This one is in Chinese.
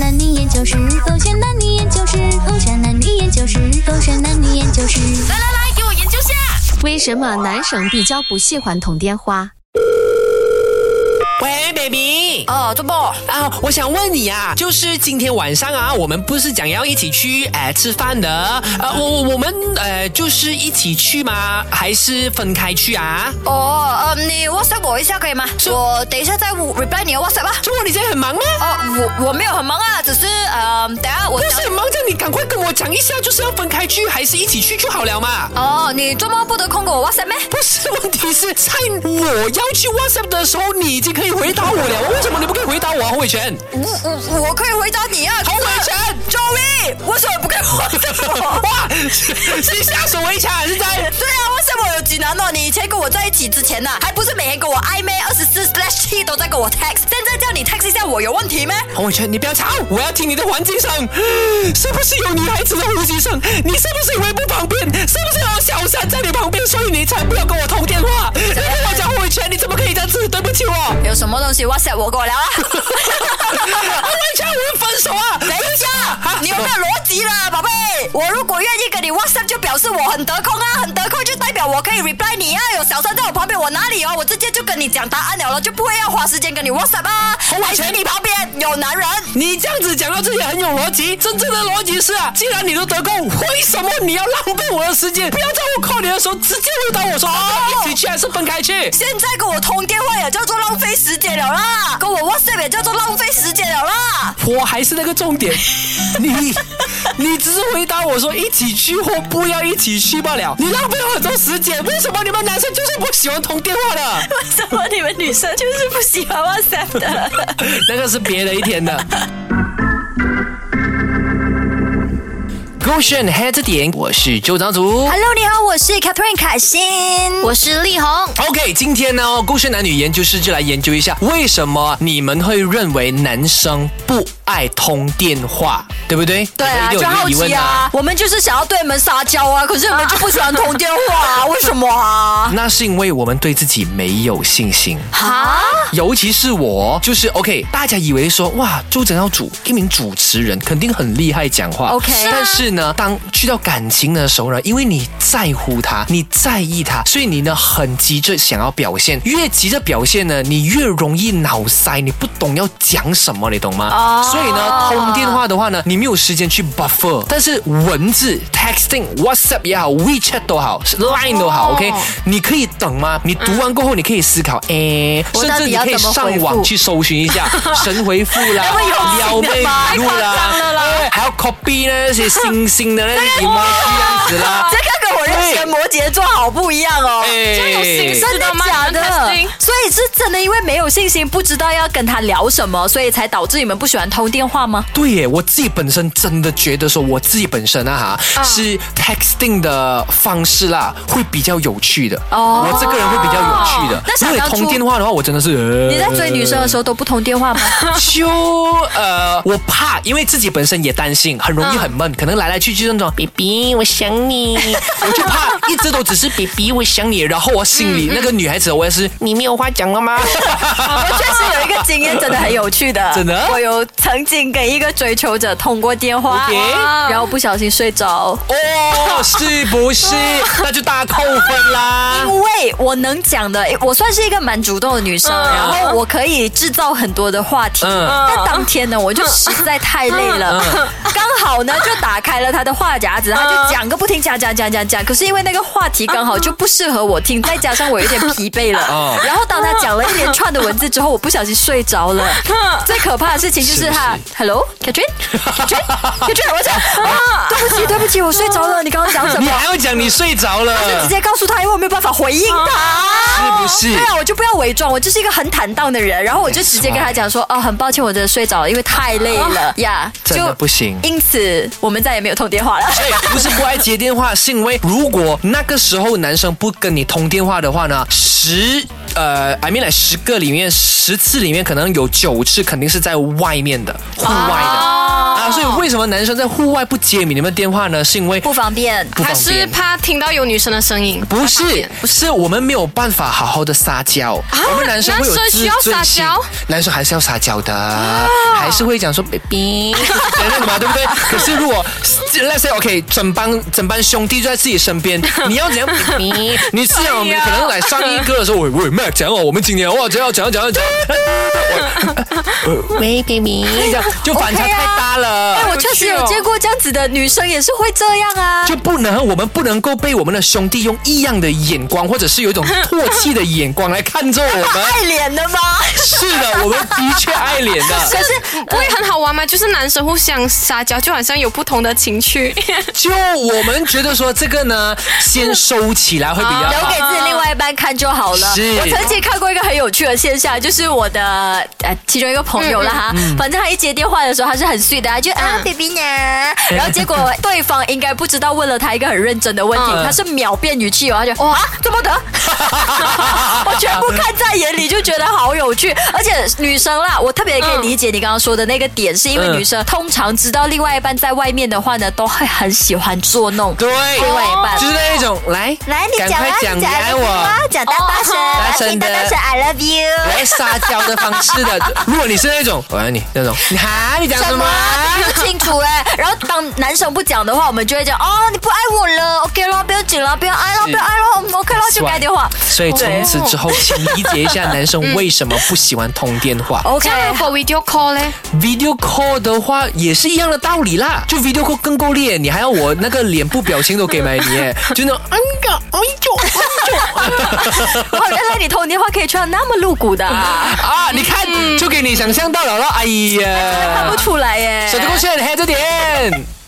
男女研究室，狗选男女研究室，狗选男女研究室，狗选男女研究室。 来，给我研究下， 为什么男生比较不喜欢通电话？ 喂 ，baby。 怎么？ 我想问你啊，就是今天晚上啊，我们不是讲要一起去吃饭的？我们就是一起去吗？还是分开去啊？ 你 WhatsApp 我一下可以吗？我等一下再 reply 你的 WhatsApp 啊。 中国你现在很忙吗？ 我没有很忙啊，只是等下我不是很忙，这样你赶快跟我讲一下，就是要分开去还是一起去就好了嘛？ 你周末不得空给我 WhatsApp 咩？ 不是，问题是在我要去 WhatsApp 的时候，你已经可以回答我了，为什么你不可以回答我啊，洪伟全？ 我可以回答你啊， 洪伟全 ，Joey，为什么不可以WhatsApp 我？ 哇，你下手为强，现在？ 对啊，WhatsApp我有几难哦？你以前跟我在一起之前还不是每天跟我暧昧24/7都在跟我 text， 现在叫你 text 一下我有问题咩？ 洪伟全，你不要吵，我要听你的环境声，是不是有女孩子的呼吸声？你是不是以为不方便？是不是有小三在你旁边，所以你才不要跟我通电话？你跟我讲洪伟全，你怎么可以这样子？对不起我。 有什么东西 WhatsApp 我跟我聊啊？ 洪伟全，我们分手啊！ 等一下，你有没有逻辑啦，宝贝？我如果愿意跟你 WhatsApp， 就表示我很得空啊，很得空就代表我可以 reply 你啊。有小三在我旁边，我哪里我直接就跟你讲答案了，就不会要花时间跟你 WhatsApp 啊。还是你旁边有男人？ 你这样子讲到自己很有逻辑，真正的逻辑是既然你都得空，为什么你要浪费我的时间？不要在我 call 你的时候直接回答我说一起去还是分开去？ 现在跟我通电话也叫做浪费时间了啦，跟我 WhatsApp 也叫做浪费时间了啦。 我还是那个重点，你只是回答我说一起去或不要一起去罢了，你浪费了很多时间。为什么你们男生就是不喜欢通电话的？ 为什么你们女生就是不喜欢 WhatsApp 的？ 那个是别的一天的。勾选黑着点，我是周长祖。 Hello， 你好，我是 Catherine 凯欣， 我是丽红。 OK， 今天呢，勾选男女研究室就来研究一下，为什么你们会认为男生不爱通电话，对不对？ 对啊，就好奇啊，我们就是想要对你们撒娇啊，可是我们就不喜欢通电话，为什么啊？ 那是因为我们对自己没有信心哈， 尤其是我，就是 OK， 大家以为说哇，周正耀主一名主持人肯定很厉害讲话 ，OK， 但是呢，当去到感情的时候呢，因为你在乎他，你在意他，所以你呢很急着想要表现，越急着表现呢，你越容易脑塞，你不懂要讲什么，你懂吗？所以呢，通电话的话呢，你没有时间去 buffer， 但是文字 texting、WhatsApp 也好 ，WeChat 都好 ，Line 都好 ，OK， 你可以等吗？你读完过后，你可以思考，甚至你可以上网去搜寻一下神回复啦、撩妹语录啦，还要 copy 那些星的那些 emoji 这样子啦。 这个跟我认识的摩羯座好不一样哦，真的假的？所以是真的因为没有信心，不知道要跟他聊什么，所以才导致你们不喜欢通电话吗？ 对耶，我自己本身真的觉得说，我自己本身是 texting 的方式啦，会比较有趣的。我这个人会比较有趣的。 那如果通电话的话，我真的是你在追女生的时候都不通电话吗？ 我怕，因为自己本身也担心，很容易很闷，可能来去那种 baby 我想你，我就怕一直都只是 baby 我想你，然后我心里那个女孩子我也是你没有话讲了吗？ 我确实有一个经验，真的很有趣的。 真的， 我有曾经跟一个追求者通过电话，然后不小心睡着。 是不是？那就大扣分啦。 因为我能讲的，我算是一个蛮主动的女生，然后我可以制造很多的话题。但当天呢，我就实在太累了，刚好呢就打开了他的话匣子，他就讲个不停，讲。可是因为那个话题刚好就不适合我听，再加上我有点疲惫了。然后当他讲了一连串的文字之后，我不小心睡着了。最可怕的事情就是他 ，Hello Catherine， 我讲对不起，我睡着了。你刚刚讲什么？ 你还要讲你睡着了？ 我就直接告诉他，因为我没有办法回应他， 是不是？ 对啊，我就不要伪装，我就是一个很坦荡的人。然后我就直接跟他讲说，很抱歉，我真的睡着了，因为太累了呀， 真的不行。 因此我们再也没有通电话了。 不是不爱接电话，是因为如果那个时候男生不跟你通电话的话呢，10个里面10次里面可能有9次肯定是在外面的户外的。 所以为什么男生在户外不接你们的电话呢？是因为不方便， 还是怕听到有女生的声音？ 不是我们没有办法好好的撒娇，我们男生会有自尊心，男生还是要撒娇的，还是会讲说 baby 那个嘛，对不对？可是如果 let's say OK， 整班兄弟就在自己身边，你要怎样 baby？ 你是我们可能来上一个的时候，喂 Mac 讲哦，我们今年哇讲，喂 baby， 这样就反差太大了。 我确实有见过这样子的女生，也是会这样啊。 就我们不能够被我们的兄弟用异样的眼光，或者是有一种唾弃的眼光来看着我们。 爱脸的吗？ 是的，我们的确爱脸的。 可是不会很好玩吗？就是男生互相撒娇，就好像有不同的情趣。 就我们觉得说这个呢，先收起来会比较好， 留给自己另外一半看就好了。 是。 我曾经看过一个很有趣的现象，就是我的其中一个朋友啦哈，反正他一接电话的时候，他是很碎的，他就baby 呢，然后结果对方应该不知道问了他一个很认真的问题，他是秒变语气哦，他就怎么得？我全部看在眼里，就觉得好有趣。而且女生啦，我特别可以理解你刚刚说的那个点，是因为女生通常知道另外一半在外面的话呢，都会很喜欢捉弄对另外一半， 就是那一种来你赶快讲你爱我， 讲大声的 I love you， 来撒娇的方式的。如果你是那种我爱你那种，你讲什么？ 不清楚哎。然后当男生不讲的话，我们就会讲你不爱我了 ，OK 了，不要紧了，不要爱了，OK 了，就改电话。 所以从此之后，请理解一下男生为什么不喜欢通电话。 OK， 如果 video call 呢 ？video call 的话也是一样的道理啦，就 video call 更够力，你还要我那个脸部表情都给埋你，就那种哇，原来你通电话可以穿那么露骨的你看就给你想象到了，哎呀， 看不出来耶。 手机勾选黑着点。